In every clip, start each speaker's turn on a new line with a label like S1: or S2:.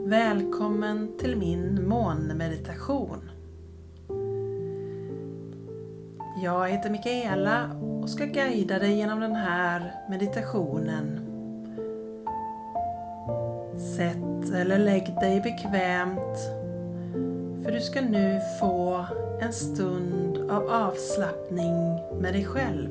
S1: Välkommen till min månmeditation. Jag heter Mikaela och ska guida dig genom den här meditationen. Sätt eller lägg dig bekvämt, för du ska nu få en stund av avslappning med dig själv.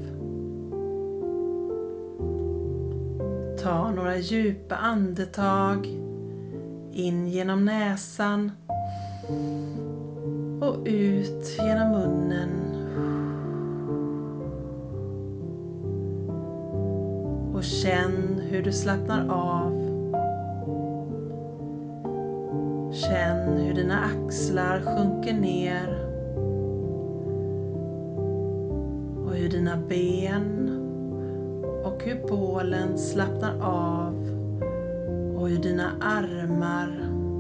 S1: Ta några djupa andetag in genom näsan och ut genom munnen. Och känn hur du slappnar av. Känn hur dina axlar sjunker ner. Och hur dina ben och hur bålen slappnar av. Och hur dina armar.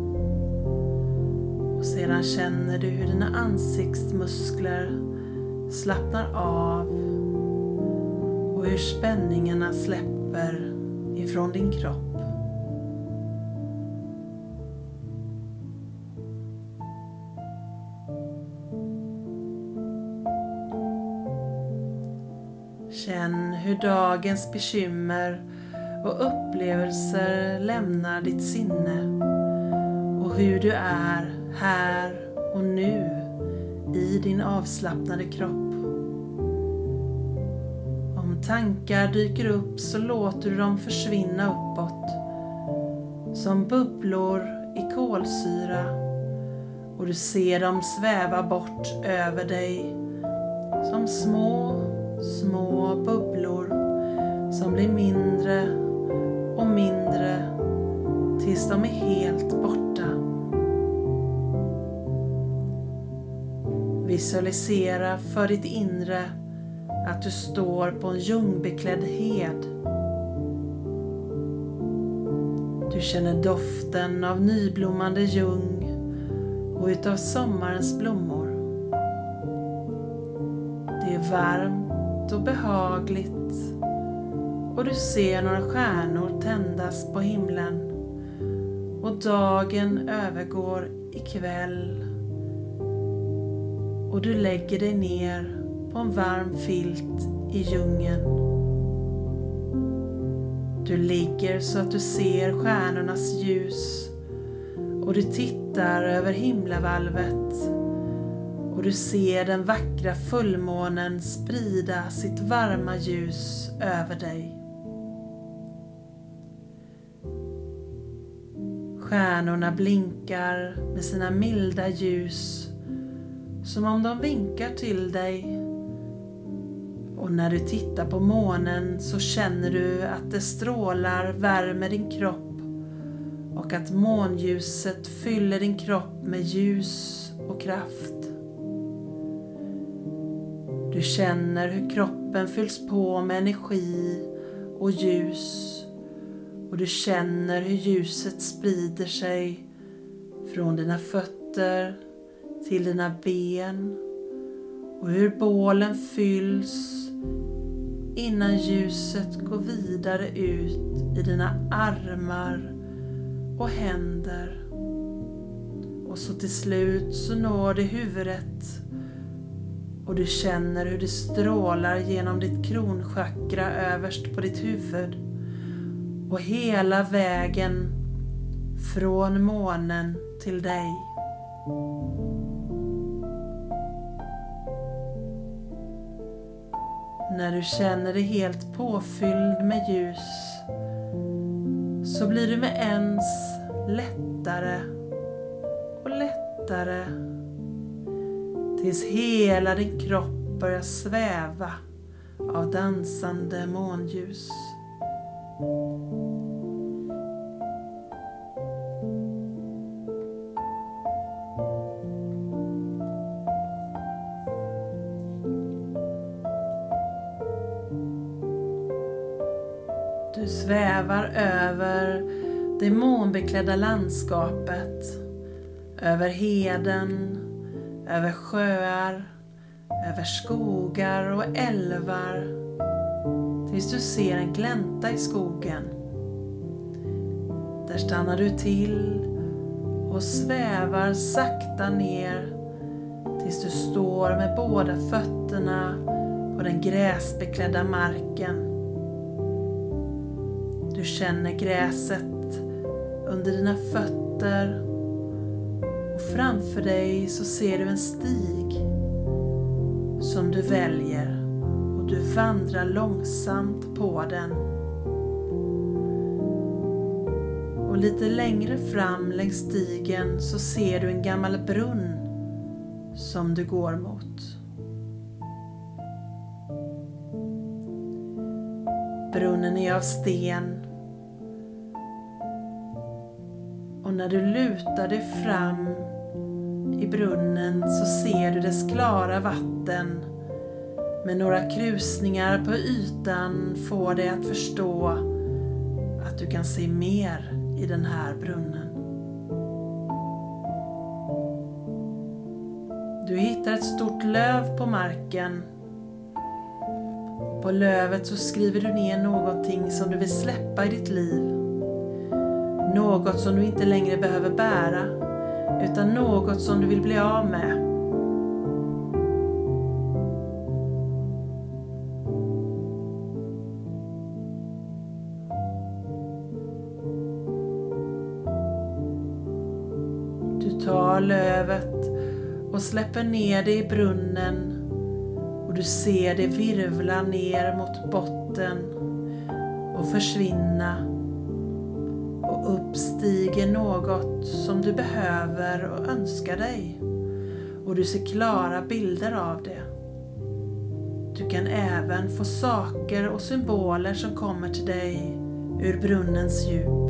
S1: Och sedan känner du hur dina ansiktsmuskler slappnar av. Och hur spänningarna släpper ifrån din kropp. Känn hur dagens bekymmer och upplevelser lämnar ditt sinne och hur du är här och nu i din avslappnade kropp. Om tankar dyker upp så låter du dem försvinna uppåt som bubblor i kolsyra och du ser dem sväva bort över dig som små bubblor som blir mindre och mindre tills de är helt borta. Visualisera för ditt inre att du står på en ljungbeklädd hed. Du känner doften av nyblommande ljung och utav sommarens blommor. Det är varmt och behagligt och du ser några stjärnor tändas på himlen och dagen övergår i kväll och du lägger dig ner på en varm filt i djungeln. Du ligger så att du ser stjärnornas ljus och du tittar över himlavalvet och du ser den vackra fullmånen sprida sitt varma ljus över dig. Stjärnorna blinkar med sina milda ljus som om de vinkar till dig. Och när du tittar på månen så känner du att det strålar värmer din kropp och att månljuset fyller din kropp med ljus och kraft. Du känner hur kroppen fylls på med energi och ljus och du känner hur ljuset sprider sig från dina fötter till dina ben och hur bålen fylls innan ljuset går vidare ut i dina armar och händer. Och så till slut så når det huvudet och du känner hur det strålar genom ditt kronchakra överst på ditt huvud och hela vägen från månen till dig. När du känner dig helt påfylld med ljus så blir du med ens lättare och lättare tills hela din kropp börjar sväva av dansande månljus. Du svävar över det månbeklädda landskapet, över heden, över sjöar, över skogar och älvar, tills du ser en glänta i skogen. Där stannar du till och svävar sakta ner tills du står med båda fötterna på den gräsbeklädda marken. Du känner gräset under dina fötter och framför dig så ser du en stig som du väljer och du vandrar långsamt på den. Och lite längre fram längs stigen så ser du en gammal brunn som du går mot. Brunnen är av sten och när du lutar dig fram i brunnen så ser du dess klara vatten, men några krusningar på ytan får dig att förstå att du kan se mer i den här brunnen. Du hittar ett stort löv på marken. På lövet så skriver du ner någonting som du vill släppa i ditt liv. Något som du inte längre behöver bära, utan något som du vill bli av med. Du tar lövet och släpper ner det i brunnen och du ser det virvla ner mot botten och försvinna, och uppstiger något som du behöver och önskar dig, och du ser klara bilder av det. Du kan även få saker och symboler som kommer till dig ur brunnens djup.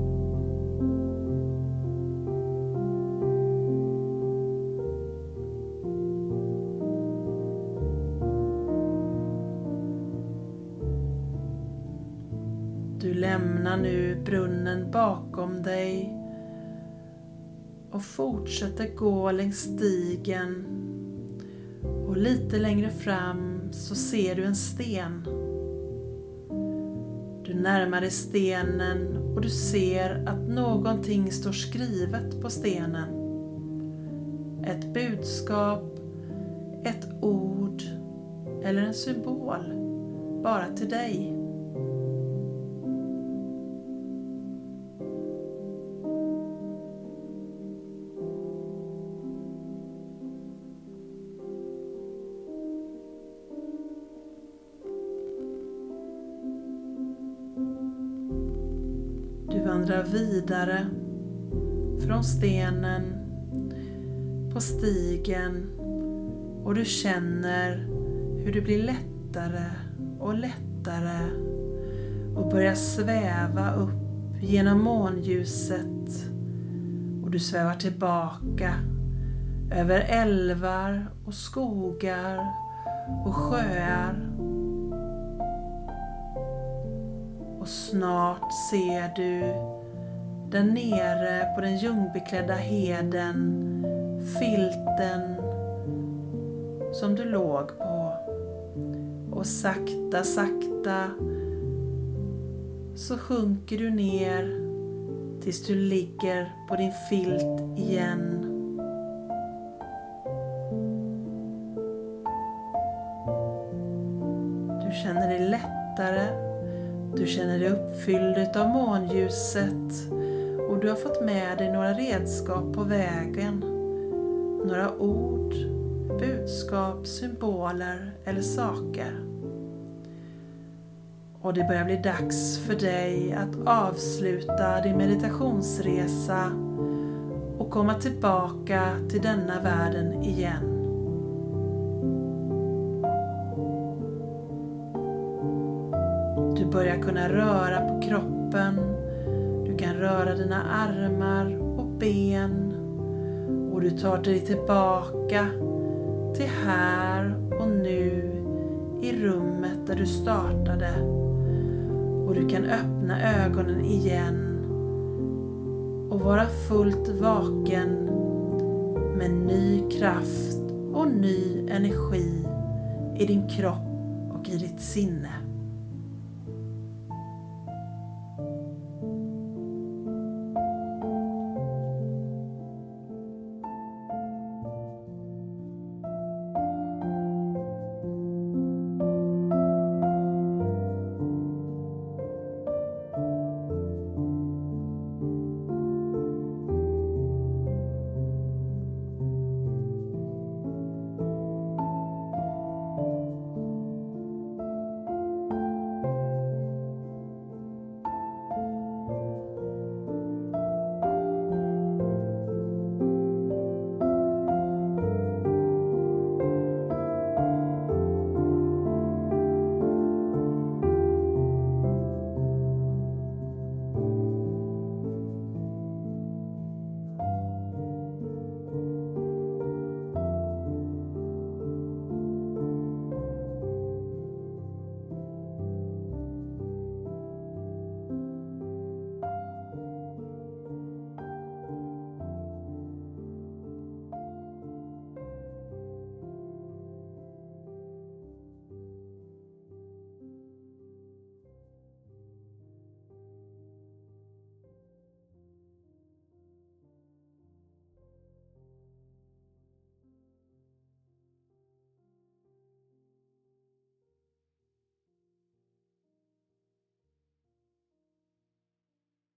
S1: Du lämnar nu brunnen bakom dig och fortsätter gå längs stigen, och lite längre fram så ser du en sten. Du närmar dig stenen och du ser att någonting står skrivet på stenen. Ett budskap, ett ord eller en symbol bara till dig. Du vandrar vidare från stenen på stigen och du känner hur det blir lättare och lättare och börjar sväva upp genom månljuset, och du svävar tillbaka över älvar och skogar och sjöar. Och snart ser du där nere på den ljungbeklädda heden filten som du låg på. Och sakta, sakta så sjunker du ner tills du ligger på din filt igen. Du känner dig lättare. Du känner dig uppfylld av månljuset, och du har fått med dig några redskap på vägen. Några ord, budskap, symboler eller saker. Och det börjar bli dags för dig att avsluta din meditationsresa och komma tillbaka till denna världen igen. Du börjar kunna röra på kroppen, du kan röra dina armar och ben, och du tar dig tillbaka till här och nu i rummet där du startade, och du kan öppna ögonen igen och vara fullt vaken med ny kraft och ny energi i din kropp och i ditt sinne.